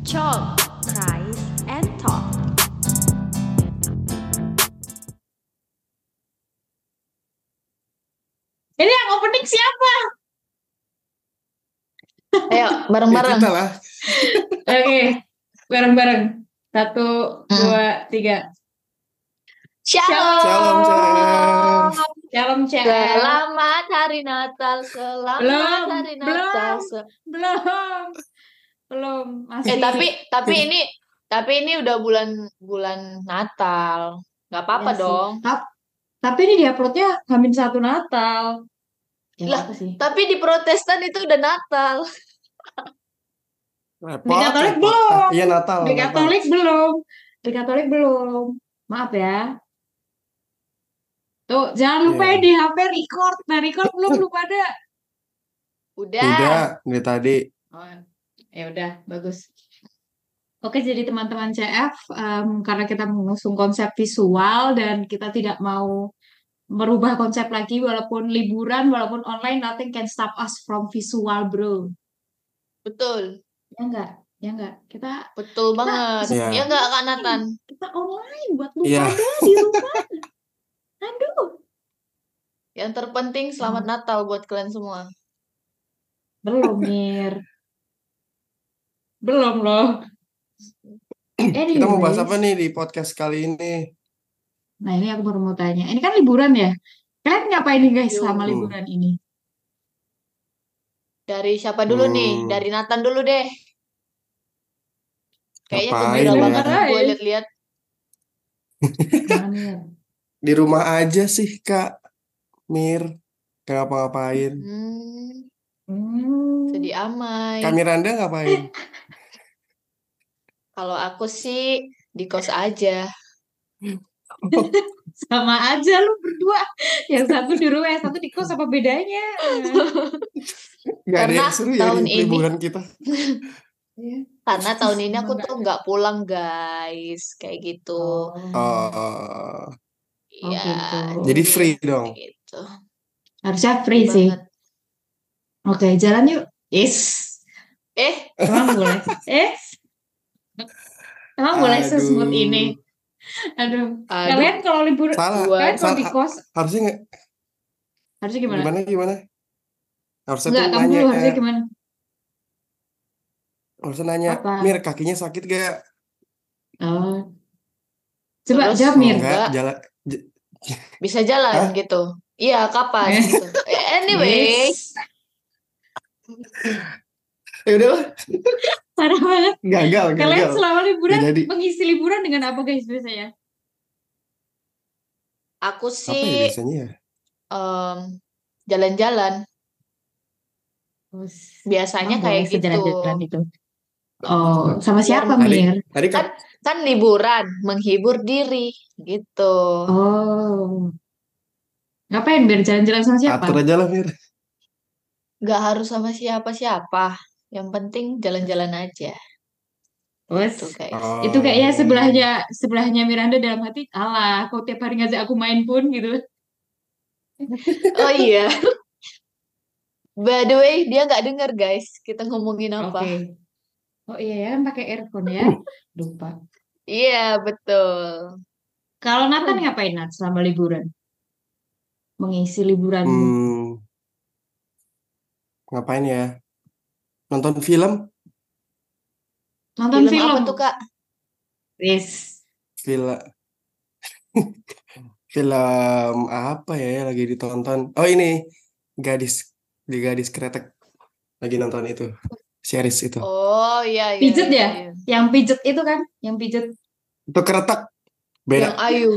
Chalk, Price, and Talk. Ini yang opening siapa? Ayo bareng-bareng. Kita lah. Oke, bareng-bareng. 1, 2, 3. Shalom. Shalom, Cel. Shalom, Cel. Selamat hari Natal. Selamat hari Natal. Belum. Masih. Tapi ini udah bulan Natal. Gak apa-apa Ya dong. Tapi ini diuploadnya H-1 Natal. Ya, Lah, apa sih? tapi di Protestan itu udah Natal. Repot, Di Katolik repot. belum. Iya Natal. Di Katolik belum. Di Katolik belum. Maaf ya. Tuh, jangan lupa ya Iya. di HP record. Nah, record belum ada. Udah. Udah, dari tadi. Oh, ya udah, bagus. Oke, jadi teman-teman CF, karena kita mengusung konsep visual dan kita tidak mau merubah konsep lagi, walaupun liburan, walaupun online, nothing can stop us from visual, bro. Betul. Ya enggak. Kita Betul banget. Iya. Ya enggak Kak Nathan? kita online buat lu Iya. pada di rumah. Aduh. Yang terpenting selamat Natal buat kalian semua. Belum, Mir. Belum loh. Kita mau bahas Anyways. apa nih di podcast kali ini? Nah, ini aku baru mau tanya. Ini kan liburan ya? Kalian ngapain nih guys Yo. selama liburan ini? Dari siapa dulu nih? Dari Nathan dulu deh. Kayaknya Ngapain gembira ya? banget nih gue Ngapain? lihat-lihat. Mana, Mir? Di rumah aja sih, Kak. Mir. Gak ngapa-ngapain. Sedih amai. Kak Miranda ngapain? Kalau aku sih di kos aja. Sama aja lu berdua. Yang satu di rumah, yang satu di kos, apa bedanya? Gak ada Karena yang seru ya tahun di ini- liburan kita. Karena tahun ini aku Emang tuh nggak pulang guys, kayak gitu. Oh, Iya. gitu. jadi free dong. Kayak gitu. Harusnya free sih. Banget. Oke, jalan yuk. Yes. Emang boleh? Emang boleh Aduh. sesmooth ini? Aduh. Kalian kalau libur, Salah. kalian kalau di kos, Harusnya nggak? harusnya gimana? Gimana? Harusnya Enggak, tuh kamu nanya. dulu harusnya gimana? Harusnya nanya. Apa? Mir, kakinya sakit gak? Oh. Coba Terus? jawab, Mir. Enggak. Jalan. Bisa jalan Hah? gitu. Iya, kapan gitu. Anyway, Yes. Ya udah lah. Parah banget. Gagal. Kalian selama liburan Nggak jadi. mengisi liburan dengan apa guys biasanya? aku Apa ya sih biasanya ya? jalan-jalan. Biasanya Emang kayak boleh gitu. sejalan-jalan itu. Oh, sama siapa, Tadi Mir? Kan liburan, menghibur diri gitu. Oh. Ngapain biar jalan-jalan sama siapa? atur aja lah, Mir. Gak harus sama siapa-siapa. Yang penting jalan-jalan aja. Wes. Tuh guys. Oh. Itu kayaknya sebelahnya Miranda dalam hati, alah, kau tiap hari ngajak aku main pun gitu. Oh iya. By the way, dia nggak dengar guys. Kita ngomongin apa? Oke. Oh iya ya, pakai earphone ya. Lupa. Iya, betul. Kalau Nathan ngapain Nat selama liburan? Mengisi liburan. Ngapain ya? Nonton film? Nonton Film film. apa tuh, Kak? Yes. Film apa ya yang lagi ditonton? Oh ini Gadis Kretek lagi nonton itu series itu. Oh iya. Pijet ya? Iya. Yang pijet itu kan? Yang pijet. Itu kretek Yang beda. Ayu.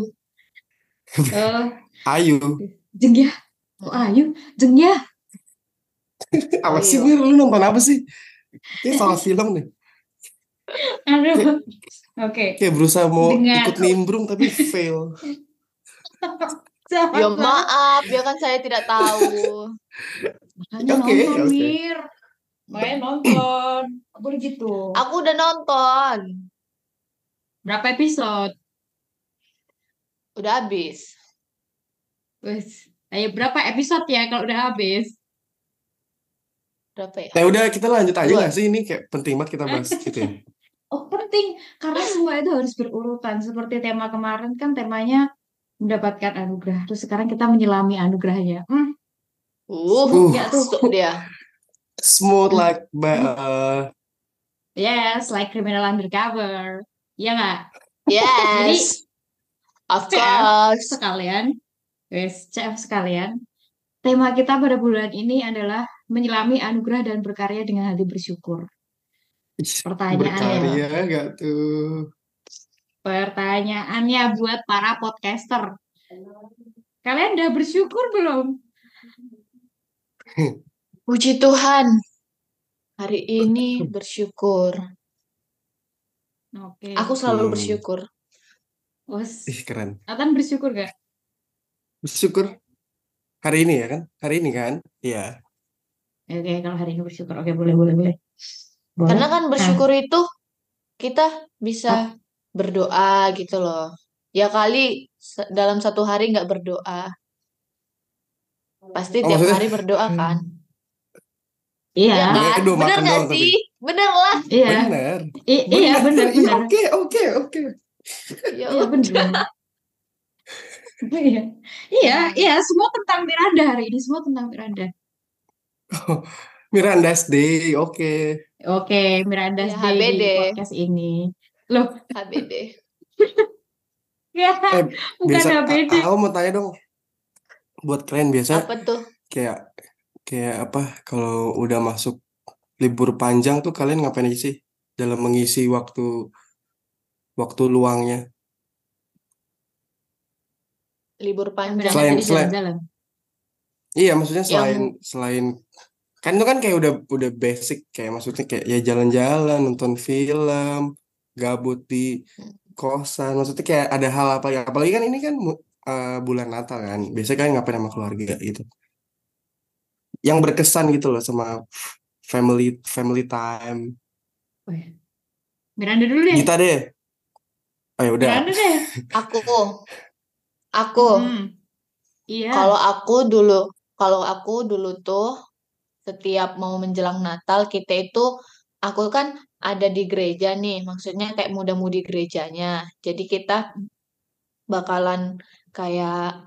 Ayu. Jengyah. Oh Ayu. Jengyah. Apa Ayu. sih Mir? Lu nonton apa sih? Kayak salah film deh. Aduh. Oke. Kayak berusaha mau Dengan- ikut nimbrung tapi fail. Ya maaf, ya kan saya tidak tahu. Makanya Oke. nonton, Mir. Makanya nonton. Apa gitu? Aku udah nonton. Berapa episode? Udah habis. Wes. Ayo berapa episode ya kalau udah habis? Berapa ya? Nah udah kita lanjut aja Dua. nggak sih ini kayak penting banget kita bahas gitu ya. penting karena semua itu harus berurutan. Seperti tema kemarin kan temanya mendapatkan anugerah. Terus sekarang kita menyelami anugerahnya. Smooth nggak tuh? Masuk dia. Smooth like Yes, like criminal undercover. Iya nggak? Yes, of CF course. sekalian, CF sekalian. Tema kita pada bulan ini adalah menyelami anugerah dan berkarya dengan hati bersyukur. Pertanyaannya, berkarya gak tuh? pertanyaannya buat para podcaster. Kalian udah bersyukur belum? Puji Tuhan, hari ini bersyukur. Oke. Aku selalu bersyukur. Ih, keren. Nathan bersyukur gak? Bersyukur hari ini ya kan? Hari ini kan? Iya. Oke, kalau hari ini bersyukur. Oke, boleh. Karena kan bersyukur itu kita bisa berdoa gitu loh. Ya kali dalam satu hari nggak berdoa. Pasti tiap maksudnya? hari berdoa kan? Iya. Ya kan? Aduh, Bener makan nggak doang sih? Bener lah. Iya. Bener. Iya, bener. Iya, oke. Ya Iya, bener. Iya, semua tentang Miranda hari ini. Semua tentang Miranda. Miranda's Day, oke. Oke, Miranda's Ya, Day di HBD. podcast ini. Loh, HBD. ya, bukan Biasa HBD. aku mau tanya dong, buat kalian biasa Apa tuh? kayak apa kalau udah masuk libur panjang tuh kalian ngapain aja sih dalam mengisi waktu luangnya? Libur panjang. Miranda Selain- tadi jalan-jalan. Iya, maksudnya Yang- selain kan itu kan kayak udah basic, kayak maksudnya kayak ya jalan-jalan, nonton film, gabut di kosan. Maksudnya kayak ada hal apa ya? Apalagi kan ini kan bulan Natal kan. Biasanya kan ngapain sama keluarga gitu. Yang berkesan gitu loh sama family time. Oh, ya. Miranda dulu deh. Gita deh. Oh ya udah. Miranda deh. Aku. Iya. Kalau aku dulu tuh setiap mau menjelang Natal aku kan ada di gereja nih, maksudnya kayak muda-mudi gerejanya. Jadi kita bakalan kayak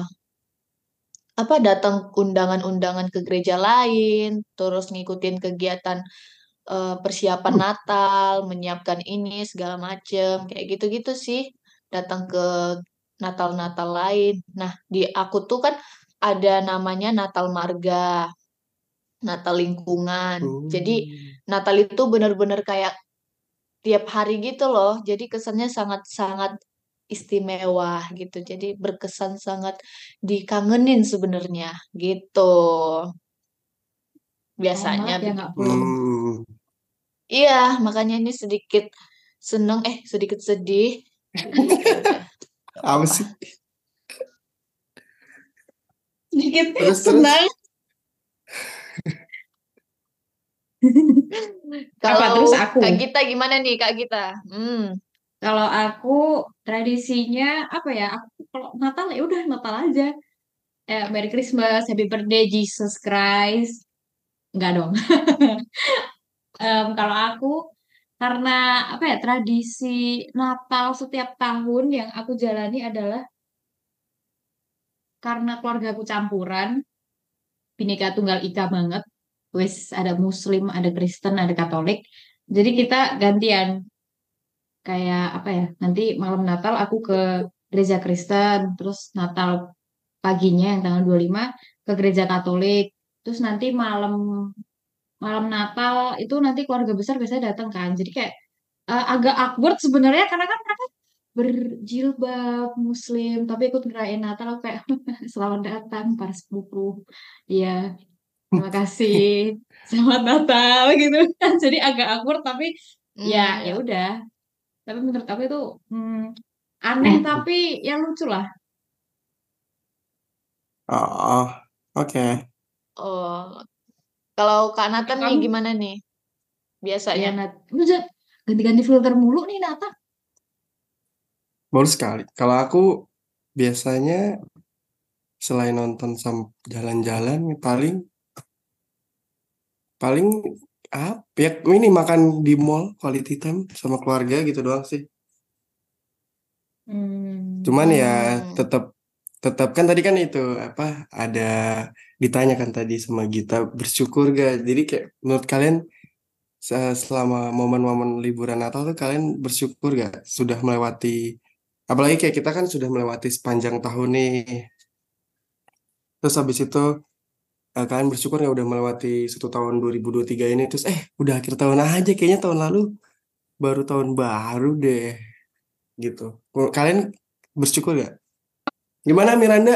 datang undangan-undangan ke gereja lain, terus ngikutin kegiatan persiapan Natal, menyiapkan ini segala macem, kayak gitu-gitu sih. Datang ke Natal-Natal lain. Nah, di aku tuh kan ada namanya Natal Marga, Natal lingkungan. Jadi Natal itu benar-benar kayak tiap hari gitu loh. Jadi kesannya sangat-sangat istimewa gitu. Jadi berkesan sangat dikangenin sebenarnya gitu. Biasanya Selamat ya, nggak begitu. bohong. Iya, makanya ini sedikit seneng, sedikit sedih. Jadi ya udah. Apa sih? Sedikit Terus. senang. Kalau terus aku? Kak Gita gimana nih, Kak Gita? Kalau aku tradisinya apa ya? Aku kalau Natal ya udah Natal aja. Merry Christmas, Happy Birthday Jesus Christ. Enggak dong. Kalau aku karena apa ya tradisi Natal setiap tahun yang aku jalani adalah karena keluarga aku campuran, Bhinneka Tunggal Ika banget. Wes ada Muslim, ada Kristen, ada Katolik. Jadi kita gantian kayak apa ya? Nanti malam Natal aku ke gereja Kristen, terus Natal paginya yang tanggal 25 ke gereja Katolik. Terus nanti malam Natal itu nanti keluarga besar biasanya datang kan. Jadi kayak agak awkward sebenarnya karena kan mereka berjilbab Muslim, tapi ikut ngerayain Natal aku kayak selamat datang para sepupu. Iya, terima kasih. Selamat Natal gitu. Jadi agak awkward tapi ya udah. Tapi menurut aku itu aneh tapi ya lucu lah. Oh, oke. Oh, kalau Kak Nathan nih Kamu? gimana nih? Ya, Biasanya? ganti-ganti filter mulu nih Nata. Baru sekali. Kalau aku biasanya selain nonton sama jalan-jalan paling apa ya, ini makan di mall quality time sama keluarga gitu doang sih. Cuman ya Hmm. tetap tetap kan tadi kan itu apa, ada ditanya kan tadi sama Gita, bersyukur gak? Jadi kayak menurut kalian selama momen-momen liburan Natal tuh kalian bersyukur gak sudah melewati, apalagi kayak kita kan sudah melewati sepanjang tahun nih, terus habis itu kalian bersyukur nggak udah melewati satu tahun 2023 ini, terus udah akhir tahun aja, kayaknya tahun lalu baru tahun baru deh gitu. Kalian bersyukur gak? Gimana Miranda?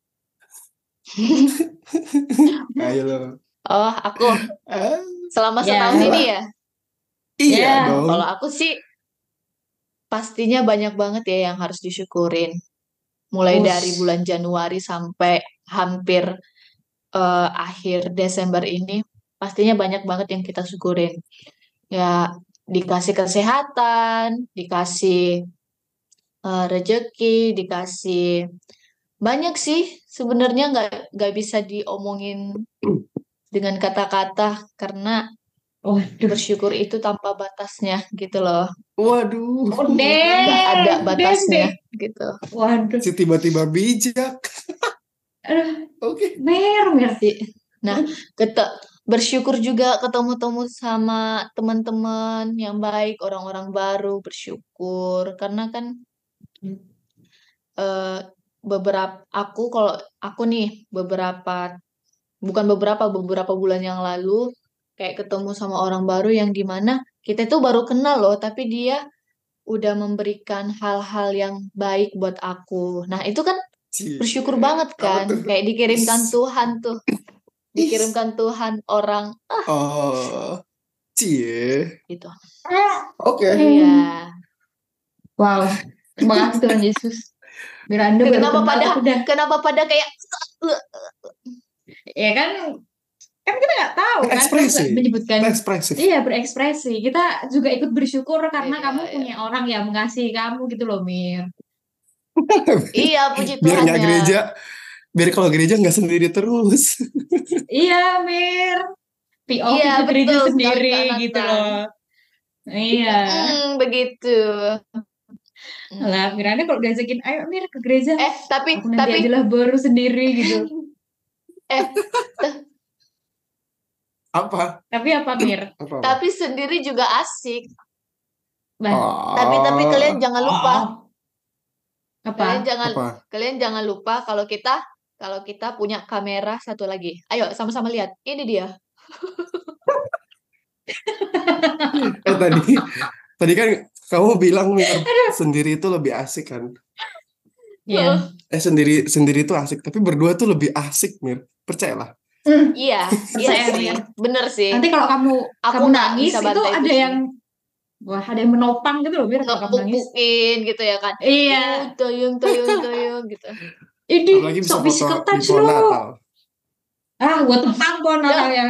Ayo lo. Oh, aku Ah, selama Ya. setahun ini ya. iya Ya. dong. Kalau aku sih pastinya banyak banget ya yang harus disyukurin. Mulai Us. dari bulan Januari sampai hampir akhir Desember ini, pastinya banyak banget yang kita syukurin. Ya, dikasih kesehatan, dikasih rezeki, dikasih banyak sih. Sebenarnya nggak bisa diomongin dengan kata-kata karena Waduh. bersyukur itu tanpa batasnya gitu loh. Waduh, Oh, Nggak ada deng, batasnya deng. gitu. Waduh. si tiba-tiba bijak. Aduh, Oke. Mir. Nah, bersyukur juga ketemu-temu sama teman-teman yang baik, orang-orang baru, bersyukur karena kan eh, kalau aku nih beberapa bulan yang lalu kayak ketemu sama orang baru yang dimana kita itu baru kenal loh, tapi dia udah memberikan hal-hal yang baik buat aku. Nah, itu kan bersyukur banget Apa kan, tuh? kayak dikirimkan Is, Tuhan tuh, is. dikirimkan Tuhan orang Oh, cie. gitu. Oke. Iya. Wow. Terima kasih Tuhan Yesus. Miranda baru Kenapa kenal pada tapi udah. kenapa pada kayak Ya kan kita nggak tahu kan kamu nggak Ekspresi. menyebutkan. Ekspresif. Iya, berekspresi. Kita juga ikut bersyukur karena Iya, kamu iya. punya orang yang mengasihi kamu gitu loh, Mir. Iya, puji Biar nggak Tuhannya. gereja, biar kalau gereja nggak sendiri terus. Iya, Mir. POV Iya, ke gereja betul sekali sendiri Kak gitu Nathan. loh. Iya. Begitu. Lah, Miranda kalau diajakin, ayo Mir ke gereja. Tapi Aku nanti aja lah baru sendiri gitu. eh Apa? Tapi apa, Mir? Apa? tapi sendiri juga asik. Bah, Tapi kalian Oh, jangan lupa, apa? apa? kalian jangan lupa kalau kita punya kamera satu lagi. Ayo sama-sama lihat. Ini dia. Tadi kan kamu bilang Mir, sendiri itu lebih asik kan? Iya. Sendiri itu asik, tapi berdua tuh lebih asik Mir. Percayalah. Iya, Percaya, sih. Mir. Bener sih. Nanti kalau Aku kamu nggak nangis bisa itu bantai itu ada sih. yang ada yang menopang gitu loh, Mir, kalau kamu nangis. Ngepuk-pukin gitu ya kan. Iya. Toyong gitu. Ini Apalagi bisa sok foto bisiketan di sih pohon lo. Natal. Gua tepang pohon Natal ya.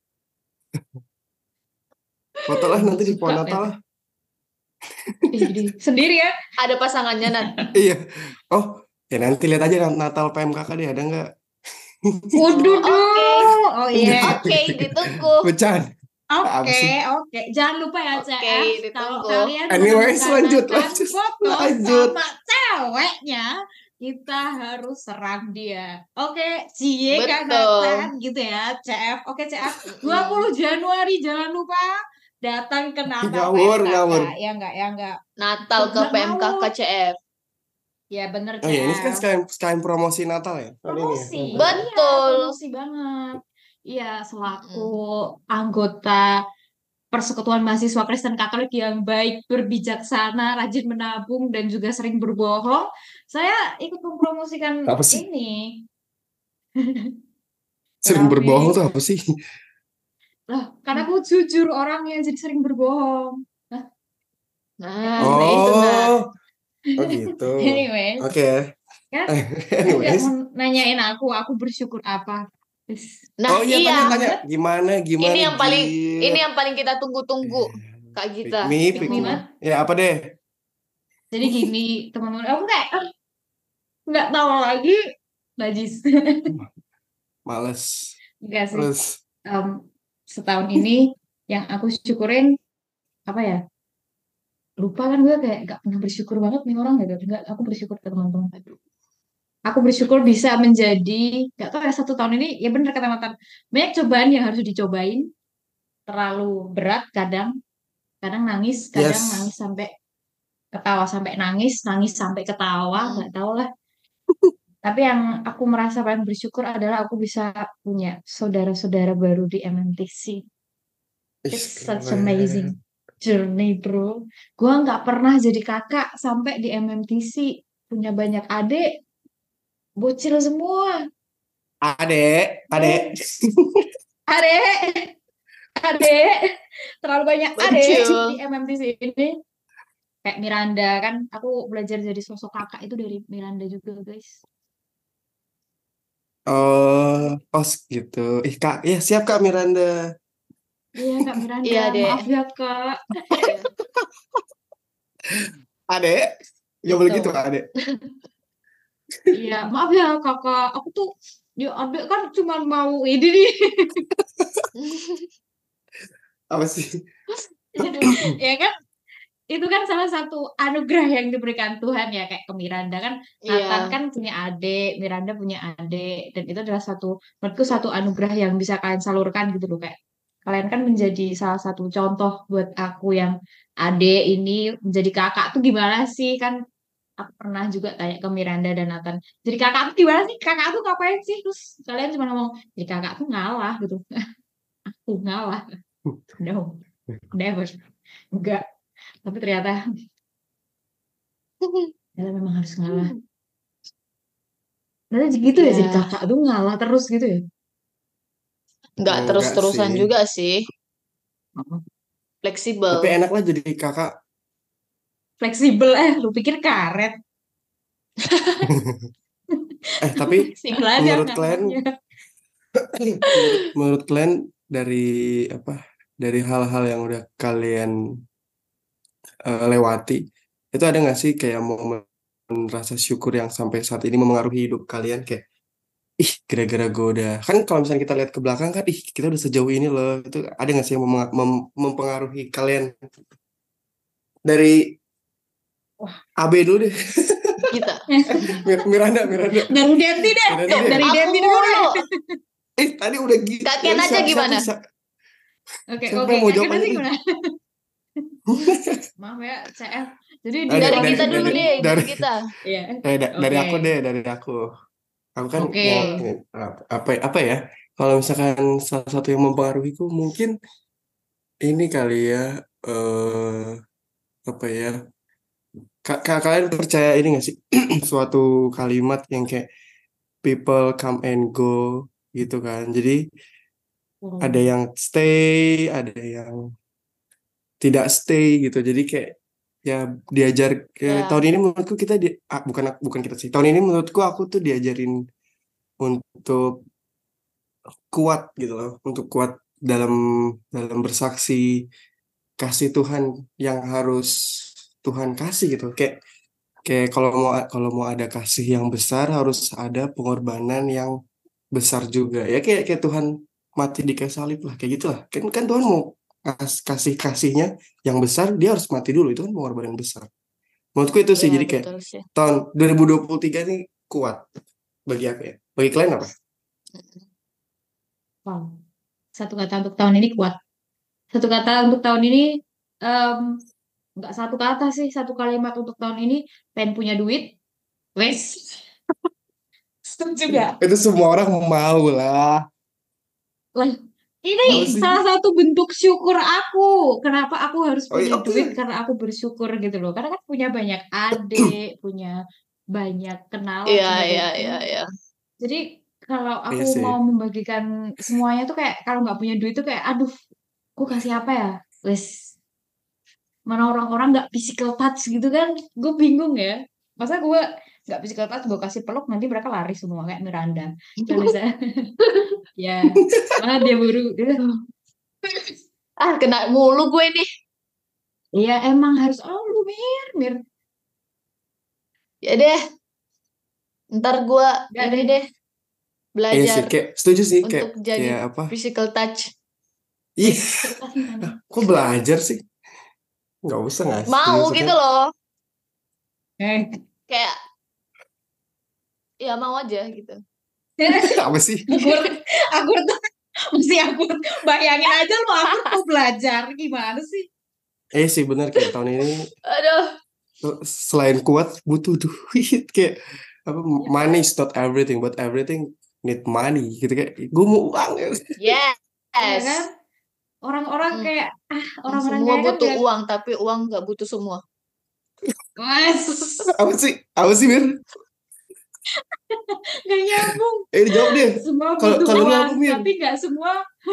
Foto lah nanti di pohon Suka, Natal Mir. lah. Sendiri ya. Ada pasangannya Nat. Iya. Oh, ya nanti lihat aja Natal PMKK deh, ada nggak? Waduh, Oke. oh iya. Oke, ditunggu. Bercanda. Apa Oke, sih? oke. Jangan lupa ya, Oke, CF. Kalau ditunggu. kalian Anyways, lanjut. menemukan foto Lanjut. sama ceweknya, kita harus serang dia. Oke, cie Betul. Nathan gitu ya, CF. Oke, CF. 20 Januari jangan lupa datang ke Natal Ngawur, PMKK. ngawur. Ya enggak. Natal ke Nggak PMK ngawur. KCF. Ya bener, Oh iya, ini kan CF. sekalian promosi Natal ya? Promosi. Ini ya. Betul. Iya, promosi banget. Iya, selaku anggota Persekutuan Mahasiswa Kristen Katolik yang baik, berbijaksana, rajin menabung, dan juga sering berbohong, saya ikut mempromosikan Apa sih? ini. Sering Kenapa, berbohong Mir? tuh apa sih? Loh, karena aku jujur orangnya, jadi sering berbohong. Nah, Oh, itu Nat. oh gitu. Anyways, Oke. kan nggak Anyways. mau nanyain aku bersyukur apa. Nah, Oh iya, iya. tanya. Gimana, Ini yang paling Git? kita tunggu-tunggu, Kak Gita. Pick me. Ya, apa deh? Jadi gini, teman-teman, aku nggak tahu lagi, najis. Males. Enggak sih. Terus. Setahun ini yang aku syukurin apa ya? Lupa kan gue kayak gak pernah bersyukur banget nih orang gitu. Enggak, aku bersyukur ke teman-teman. Aduh. Aku bersyukur bisa menjadi, gak tau ya 1 tahun ini, ya bener kata Matan, banyak cobaan yang harus dicobain, terlalu berat kadang, kadang kadang nangis Yes. sampai ketawa sampai nangis, nangis sampai ketawa, Mm. nggak tahu lah. Tapi yang aku merasa paling bersyukur adalah aku bisa punya saudara-saudara baru di MMTC. Ih, It's such keren. amazing journey, bro. Gua nggak pernah jadi kakak sampai di MMTC. Punya banyak adik, bocil semua. Adek, adek. Bro, adik, adik. Terlalu banyak adik di Lucu. MMTC ini. Kayak Miranda kan, aku belajar jadi sosok kakak itu dari Miranda juga, guys. Oh, gitu. Ih, Kak, ya siap Kak Miranda. Iya, Kak Miranda. Iya, Dek. Maaf ya, Kak. Iya, Adek, nggak boleh gitu. gitu Kak, adek. Iya, maaf ya, Kakak. Aku tuh, ya adik kan cuma mau ini nih. Apa sih? Ya kan, itu kan salah satu anugerah yang diberikan Tuhan ya, kayak ke Miranda kan. Nathan Iya, kan punya adik, Miranda punya adik. Dan itu adalah menurutku satu anugerah yang bisa kalian salurkan gitu loh. Kayak kalian kan menjadi salah satu contoh buat aku yang adik ini menjadi kakak tuh gimana sih kan. Aku pernah juga tanya ke Miranda dan Nathan. Jadi kakak tuh gimana sih? Kakak tuh ngapain sih? Terus kalian cuma ngomong, jadi kakak tuh ngalah gitu. Aku ngalah. No, never. Enggak. Tapi ternyata memang harus ngalah. Ternyata gitu ya, jadi ya kakak tuh ngalah terus gitu ya. nggak Enggak terus-terusan sih. juga sih, Oh, fleksibel. Tapi enak lah jadi kakak. fleksibel lu pikir karet. Tapi Fleksibel aja menurut kalian, ngalahnya. menurut kalian dari apa? Dari hal-hal yang udah kalian lewati, itu ada nggak sih kayak momen rasa syukur yang sampai saat ini memengaruhi hidup kalian kayak ih gara-gara gue udah kan kalau misalnya kita lihat ke belakang kan ih kita udah sejauh ini loh itu ada nggak sih yang mempengaruhi kalian dari Wah, AB dulu deh. Kita. Miranda Miranda dari Denti deh. Miranda deh Dari Aku Denti dulu mulu. deh. tadi udah gitu Kak Ken aja gimana? Oke, siapa oke. yang mau Kak jawab Kena aja sih deh. gimana? Maaf ya, CF. Jadi di Ada Dari tahun dari kita dulu ini, dari deh, dari dari kita. ya, dari oke, aku deh dari aku kan oke. yang apa ya kalau misalkan salah satu yang mempengaruhiku mungkin ini kali ya eh apa ya kalian percaya ini gak sih suatu kalimat yang kayak people come and go gitu kan jadi ada Hmm. yang stay ada yang tidak stay gitu jadi kayak ya diajar Ya, tahun ini menurutku kita bukan bukan kita sih tahun ini menurutku aku tuh diajarin untuk kuat gitu loh untuk kuat dalam dalam bersaksi kasih Tuhan yang harus Tuhan kasih gitu kayak kayak kalau mau ada kasih yang besar harus ada pengorbanan yang besar juga ya kayak Tuhan mati di kayu salib lah kayak gitulah kan kan Tuhan mau kasih kasihnya yang besar dia harus mati dulu itu kan pengorbanan yang besar menurutku itu sih ya jadi kayak betul sih. tahun 2023 ini kuat bagi aku ya bagi kalian apa? Wow. Satu kata untuk tahun ini kuat. Satu kata untuk tahun ini, em, nggak satu kata sih, satu kalimat untuk tahun ini, pengen punya duit, wes. Setuju gak? Itu semua orang mau lah Lah, apa ini sih salah satu bentuk syukur aku. Kenapa aku harus oh iya punya oke duit? Karena aku bersyukur gitu loh. Karena kan punya banyak adik, punya banyak kenalan, Iya, punya iya, banyak iya, teman. iya. Jadi kalau aku iya sih mau membagikan semuanya tuh kayak kalau nggak punya duit tuh kayak aduh, aku kasih apa ya? Wes, mana orang-orang nggak physical touch gitu kan? Gue bingung ya. Masa gue nggak physical touch, gue kasih peluk nanti mereka lari semua kayak Miranda. Kan bisa, ya. Mana dia buru. Ah, kena mulu gue nih. Iya emang harus lu Mir, Mir. Ya deh, ntar gue Gak ini deh. deh, iya sih belajar kayak setuju sih kayak untuk jadi kayak apa physical touch. Ih, Cerita singkatnya. kok belajar sih? Nggak usah nggak sih? Mau Maksudnya, gitu loh. Eh, Kayak ya mau aja gitu. apa sih? Akur tuh mesti akur. Bayangin aja lo akur mau belajar gimana sih? Sih bener kayak tahun ini Aduh. selain kuat butuh duit kayak apa money is not everything but everything need money gitu kayak gue mau uang ya. Iya Yes. kan? Orang-orang Mm. kayak orang-orang Semua kaya kan butuh bilang, uang, tapi uang nggak butuh semua. Mas, Apa sih Mir? gak nyambung. Dijawab deh. Semua Kalau butuh kalau lu uang, apa Mir? tapi gak semua.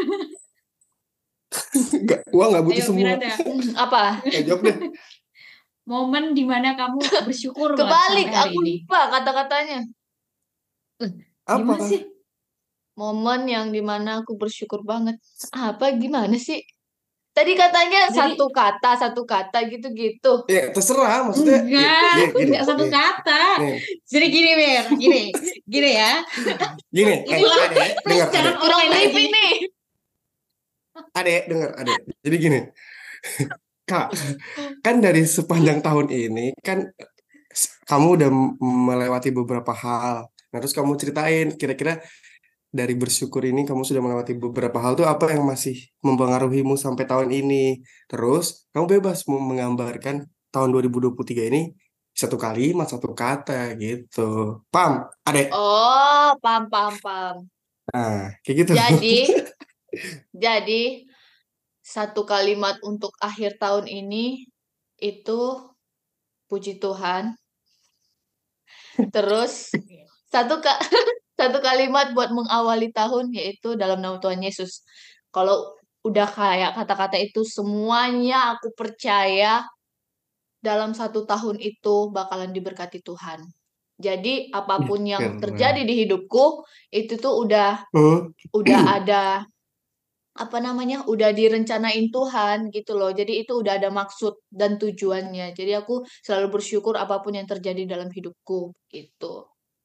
Uang nggak butuh Ayo semua. Miranda, Apa? Jawab deh. momen dimana kamu bersyukur lah Kebalik, sampai hari aku ini. lupa kata-katanya. Gimana Apa? sih? Momen yang dimana aku bersyukur banget. Apa gimana sih? Tadi katanya Jadi satu kata gitu-gitu. Ya terserah maksudnya gini enggak satu nih, kata. nih Jadi gini Mir, gini ya. gini Inilah adek dengar pelajaran adek online lagi. briefing nih. dengar adek jadi gini Kak kan dari sepanjang tahun ini kan kamu udah melewati beberapa hal nah terus kamu ceritain kira-kira dari bersyukur ini kamu sudah melewati beberapa hal tuh apa yang masih mempengaruhimu sampai tahun ini terus kamu bebas mau menggambarkan tahun 2023 ini satu kalimat satu kata gitu paham adek Oh, paham. nah kayak gitu Jadi satu kalimat untuk akhir tahun ini itu puji Tuhan. Terus satu kalimat buat mengawali tahun yaitu dalam nama Tuhan Yesus. Kalau udah kayak kata-kata itu semuanya aku percaya dalam satu tahun itu bakalan diberkati Tuhan. Jadi apapun yang terjadi di hidupku itu tuh udah ada apa namanya udah direncanain Tuhan gitu loh. Jadi itu udah ada maksud dan tujuannya. Jadi aku selalu bersyukur apapun yang terjadi dalam hidupku gitu.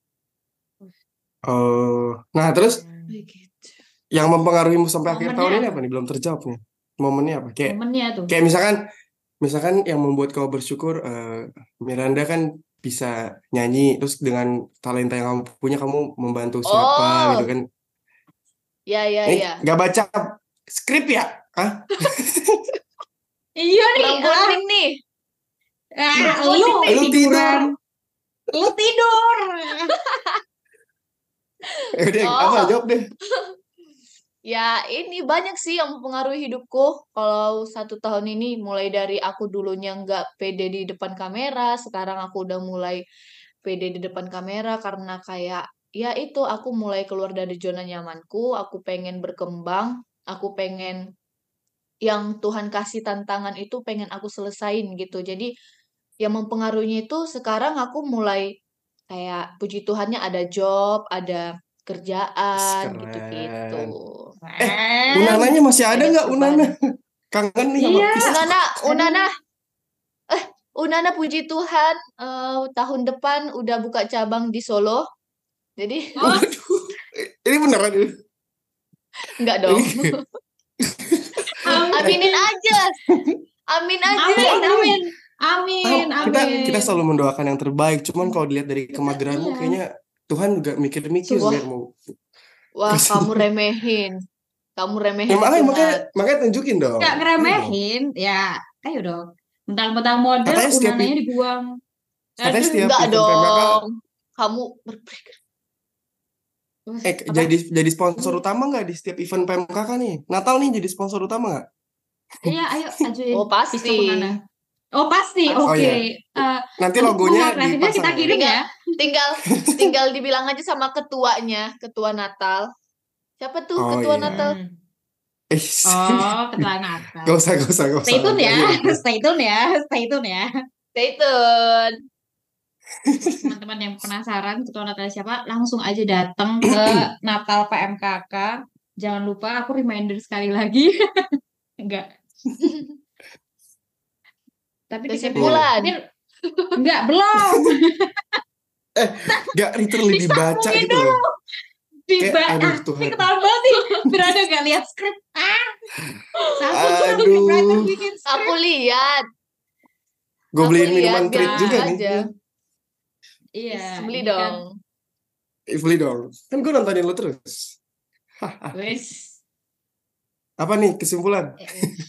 Nah terus Begitu. yang mempengaruhimu sampai akhir Momennya tahun ini apa? apa nih? Belum terjawab nih. Momennya apa? Momennya tuh. Kayak misalkan yang membuat kau bersyukur, Miranda kan bisa nyanyi, terus dengan talenta yang kamu punya, kamu membantu siapa gitu Oh, kan? ya. Ini nggak baca skrip ya? Hah? Iya nih. Kurang bonding nih. Lu tiduran. Lu tidur. Udah, Oh. apa? Jawab deh. Ya, ini banyak sih yang mempengaruhi hidupku. Kalau satu tahun ini, mulai dari aku dulunya nggak pede di depan kamera, sekarang aku udah mulai pede di depan kamera karena kayak, ya itu, aku mulai keluar dari zona nyamanku, aku pengen berkembang, aku pengen yang Tuhan kasih tantangan itu pengen aku selesain gitu. Jadi, yang mempengaruhinya itu sekarang aku mulai kayak puji Tuhannya ada job, ada kerjaan gitu-gitu. Keren. Unananya masih ada nggak Unana? Kangen nih sama Pis. Unana puji Tuhan tahun depan udah buka cabang di Solo. Jadi Waduh, ini beneran ini? enggak dong. Aminin aja. Amin aja. Amin. Kita selalu mendoakan yang terbaik. Cuman kalau dilihat dari kemageranmu, kayaknya Tuhan juga mikir-mikir biar mau. Wah, kamu remehin. Ya, makanya tunjukin dong. Nggak ngeremehin, ya ayo dong. Mentang-mentang model, unananya dibuang. Katanya setiap enggak event PMKK, dong. Kamu berpikir. jadi sponsor utama nggak di setiap event PMKK nih? Natal nih jadi sponsor utama nggak? Iya, ayo ajuin. Oh, pasti. Oh, pasti. Oke. Nanti logonya kreatifnya kita kirim ya. Tinggal dibilang aja sama ketuanya, ketua Natal. Siapa tuh ketua Natal? Ketua Natal. Gak usah. Stay tune ya. Teman-teman yang penasaran ketua Natal siapa, langsung aja datang ke Natal PMKK. Jangan lupa, aku reminder sekali lagi. Enggak. Tapi kesimpulan. Enggak, belum. Enggak literally dibaca gitu loh. aduh Ini Tuhan. ketahuan banget sih. Berada gak lihat skrip. Satu scriptwriter Aduh, bikin Aku skrip. lihat, gue aku beliin lihat minuman biar treat juga tahu nih. aja. Iya, Beli ini kan. dong. Beli dong. Kan gue nontonin lu terus. Wes. Apa nih kesimpulan?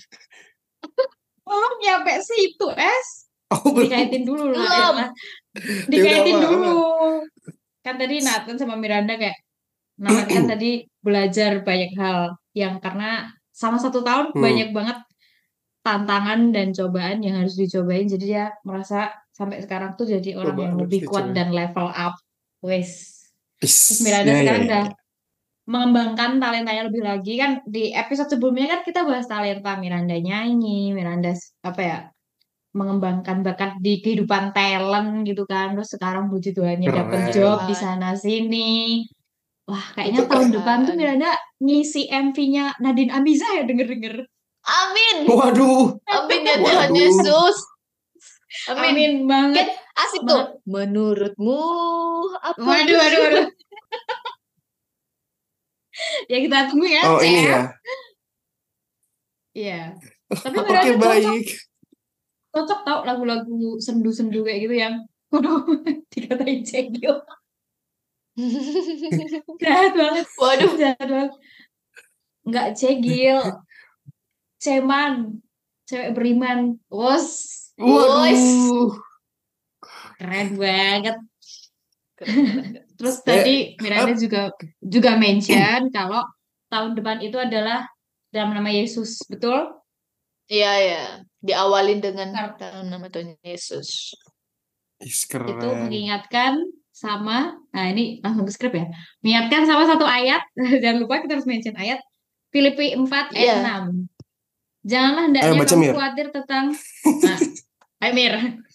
Oh, nyampe situ, Oh, belum. Dikaitin dulu lah. Belum. Elah. Ya udah Dikaitin apa? dulu. Kan tadi Nathan sama Miranda kayak Nathan kan tadi belajar banyak hal yang karena sama 1 tahun banyak banget tantangan dan cobaan yang harus dicobain. Jadi dia merasa sampai sekarang tuh jadi orang yang Cobaan harus lebih kuat dicobain. dan level up. Wes. Terus Is, Miranda ya, sekarang ya, udah ya. mengembangkan talentanya lebih lagi kan di episode sebelumnya kan kita bahas talenta Miranda nyanyi, Miranda apa ya mengembangkan bakat di kehidupan talent gitu kan. Terus sekarang puji Tuhannya dapat Keren. job di Tuhan. sana sini. Wah, kayaknya Puji tahun depan tuh Tuhan. Miranda ngisi MV-nya Nadine Amiza ya denger-denger. Amin. Waduh, Amin ya Tuhan Waduh. Yesus. Amin. Amin banget. Asik Banget. tuh. Menurutmu apa? Waduh. Ya kita tunggu ya, oh ini CF. ya. Iya. Tapi Oke, Miranda baik. cocok tau lagu-lagu sendu-sendu kayak gitu yang waduh dikatain cegil. Jahat banget. Waduh. Jahat banget. Nggak cegil. Ceman. Cewek beriman. Wos. Waduh. Keren banget. Keren. Terus tadi Miranda juga mention kalau tahun depan itu adalah dalam nama Yesus. Betul? Iya ya. Diawalin dengan Kar- dalam nama Tuhan Yesus. Is, Itu keren. mengingatkan sama, nah ini langsung ke skrip ya. Mengingatkan sama satu ayat, jangan lupa kita harus mention ayat Filipi 4 ayat Iya. 6. Janganlah hendaknya Ayo baca, kamu Mir. khawatir tentang nah, ayo Mir.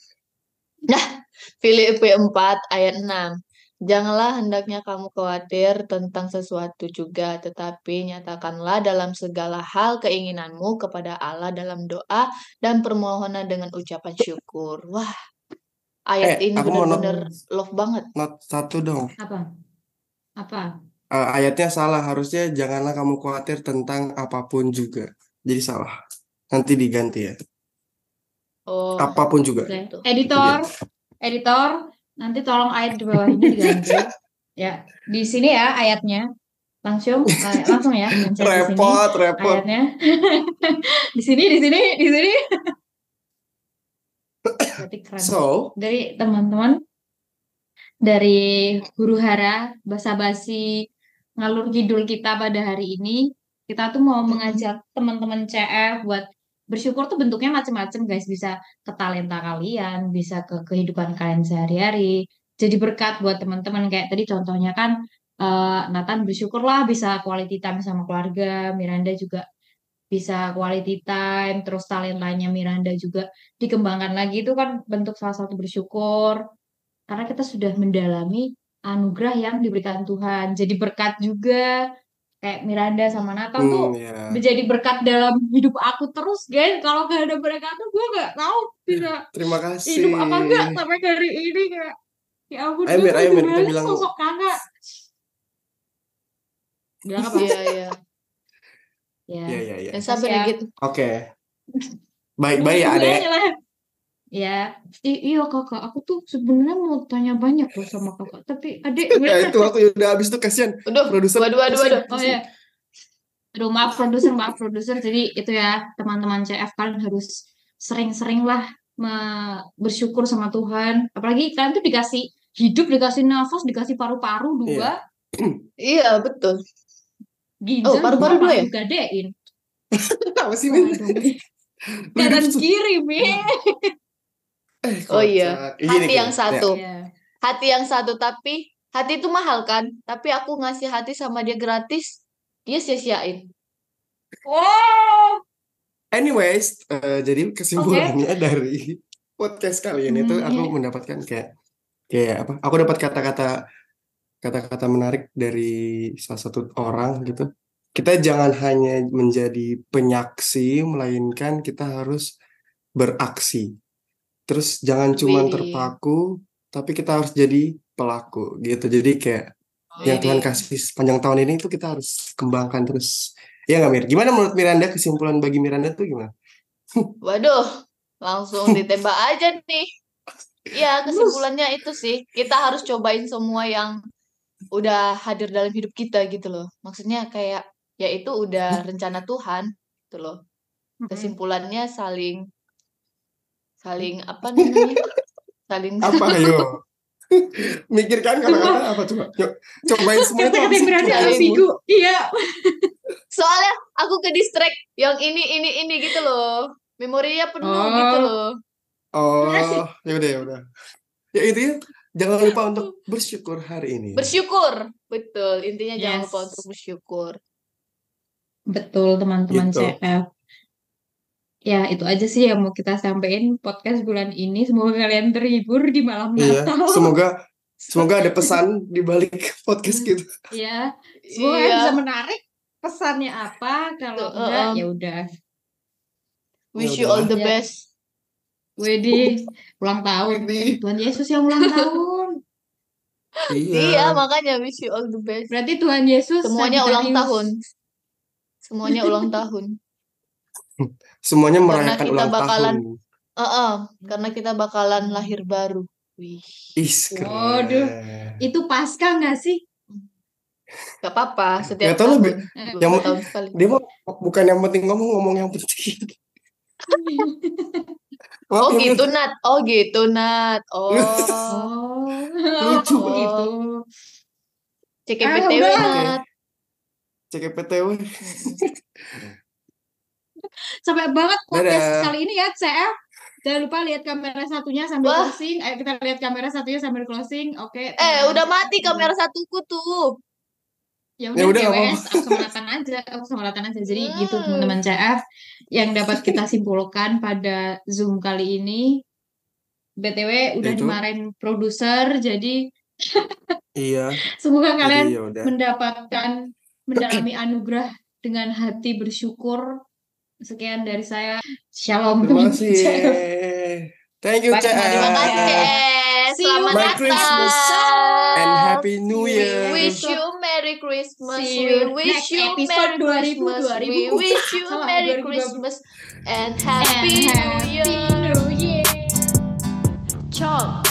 Filipi 4 ayat 6. Janganlah hendaknya kamu khawatir tentang sesuatu juga, tetapi nyatakanlah dalam segala hal keinginanmu kepada Allah dalam doa dan permohonan dengan ucapan syukur. Wah, ayat ini aku mau benar-benar love banget. Not satu dong. Apa? Ayatnya salah. Harusnya janganlah kamu khawatir tentang apapun juga. Jadi salah. Nanti diganti ya. Oh, Apapun juga. Oke. Gitu. Editor, nanti tolong ayat di bawah ini diganti. Ya, di sini ya ayatnya. Langsung ya. Di sini Repot. ayatnya. di sini. Berarti keren. So, Dari teman-teman, dari Guru Hara, basa-basi ngalur kidul kita pada hari ini, kita tuh mau mengajak teman-teman CF buat bersyukur tuh bentuknya macam-macam guys. Bisa ke talenta kalian, bisa ke kehidupan kalian sehari-hari. Jadi berkat buat teman-teman kayak tadi contohnya kan Nathan bersyukurlah bisa quality time sama keluarga, Miranda juga bisa quality time, terus talentanya Miranda juga dikembangkan lagi itu kan bentuk salah satu bersyukur karena kita sudah mendalami anugerah yang diberikan Tuhan. Jadi berkat juga kayak Miranda sama Nathan tuh ya. menjadi berkat dalam hidup aku terus guys. Kalau gak ada mereka tuh gue gak tahu bisa Terima kasih. hidup apa enggak sampai hari ini kayak ya ampun Ayo, Mir, kita bilang sosok kakak. Bilang apa? Iya. Iya. Dan sabar ya, Git. Oke. Baik-baik ya, Adek. Ya, iya kakak. Aku tuh sebenarnya mau tanya banyak loh sama kakak, tapi Adek. Ya itu aku udah habis tuh, kasihan. Udah, Produser. waduh. Oh ya. Aduh, maaf produser. Jadi itu ya teman-teman CF kalian harus sering-sering lah bersyukur sama Tuhan. Apalagi kalian tuh dikasih hidup, dikasih nafas, dikasih paru-paru 2. Iya, betul. Ginjal paru-paru 2 ya? Gadein. Apa sih, Min? Kanan kiri, Min. Oh iya, hati yang satu. Ya. Hati yang satu, tapi hati itu mahal kan? Tapi aku ngasih hati sama dia gratis, dia sia-siain. Wow. Anyways, jadi kesimpulannya dari podcast kali ini tuh aku mendapatkan kayak apa? Aku dapat kata-kata menarik dari salah satu orang gitu. Kita jangan hanya menjadi penyaksi, melainkan kita harus beraksi. Terus jangan cuma terpaku, tapi kita harus jadi pelaku gitu. Jadi kayak yang Tuhan Jadi, kasih sepanjang tahun ini itu kita harus kembangkan terus. Ya nggak Mir? Gimana menurut Miranda, kesimpulan bagi Miranda tuh gimana? waduh, langsung ditembak aja nih. Ya, kesimpulannya itu sih, kita harus cobain semua yang udah hadir dalam hidup kita gitu loh. Maksudnya kayak, ya itu udah rencana Tuhan gitu loh. Kesimpulannya saling apa namanya? Saling Apa ayo? Mikirkan kata-kata apa coba? Yuk, cobain semua itu apa Kata-kata sih? yang berarti Cobain ambigu. Iya. soalnya aku ke distract yang ini gitu loh. Memorinya penuh gitu Oh. loh. Oh, ya udah. Ya itu ya. Jangan lupa untuk bersyukur hari ini. Bersyukur. Betul, intinya jangan Yes. lupa untuk bersyukur. Betul teman-teman Gitu. CF. Ya, itu aja sih yang mau kita sampaikan podcast bulan ini. Semoga kalian terhibur di malam Iya, Natal. semoga ada pesan di balik podcast kita. Ya, semoga kalian Iya. bisa menarik pesannya apa. Kalau enggak, ya udah. Wish Ya you all the udahlah. best. Wedi, ulang tahun. Widih. Tuhan Yesus yang ulang tahun. Iya, makanya wish you all the best. Berarti Tuhan Yesus Semuanya ulang Sagittarius. tahun. Semuanya ulang tahun. Semuanya Karena merayakan kita ulang bakalan tahun. karena kita bakalan lahir baru. Wih. Is Waduh. keren. Itu Paskah nggak sih? Gak apa-apa, Nggak setiap tahu tahun. lebih- 2 yang- tahun sekali. Dia mah bukan yang penting ngomong yang penting. Oh Maaf ya, Mir. gitu, Nat. Oh gitu, Nat. Oh. Lucu. Oh, gitu. CKPTW, udah. Nat. CKPTW. Sampai banget podcast Dadah. kali ini ya, CF. Jangan lupa lihat kamera satunya sambil Wah. closing. Ayo kita lihat kamera satunya sambil closing. Oke. Udah mati kamera satuku tuh. Ya Ya udah udah, GWS aku kesemarakan aja. Jadi gitu Hmm. teman-teman CF yang dapat kita simpulkan pada Zoom kali ini. BTW udah Itu. dimarahin produser, jadi Iya. semoga Jadi kalian ya udah. mendapatkan mendalami anugerah dengan hati bersyukur. Sekian dari saya. Shalom Terima teman-teman kasih. CF. Thank you, Bye, CF. Terima kasih, CS. See you Selamat Merry Natal. Christmas and Happy New See you. Year. Wish you Merry Christmas. See We you wish next you episode Merry 2000. Christmas. We wish you Salah, Merry 2020. Christmas and And Happy New Happy Year. New Year. Chalk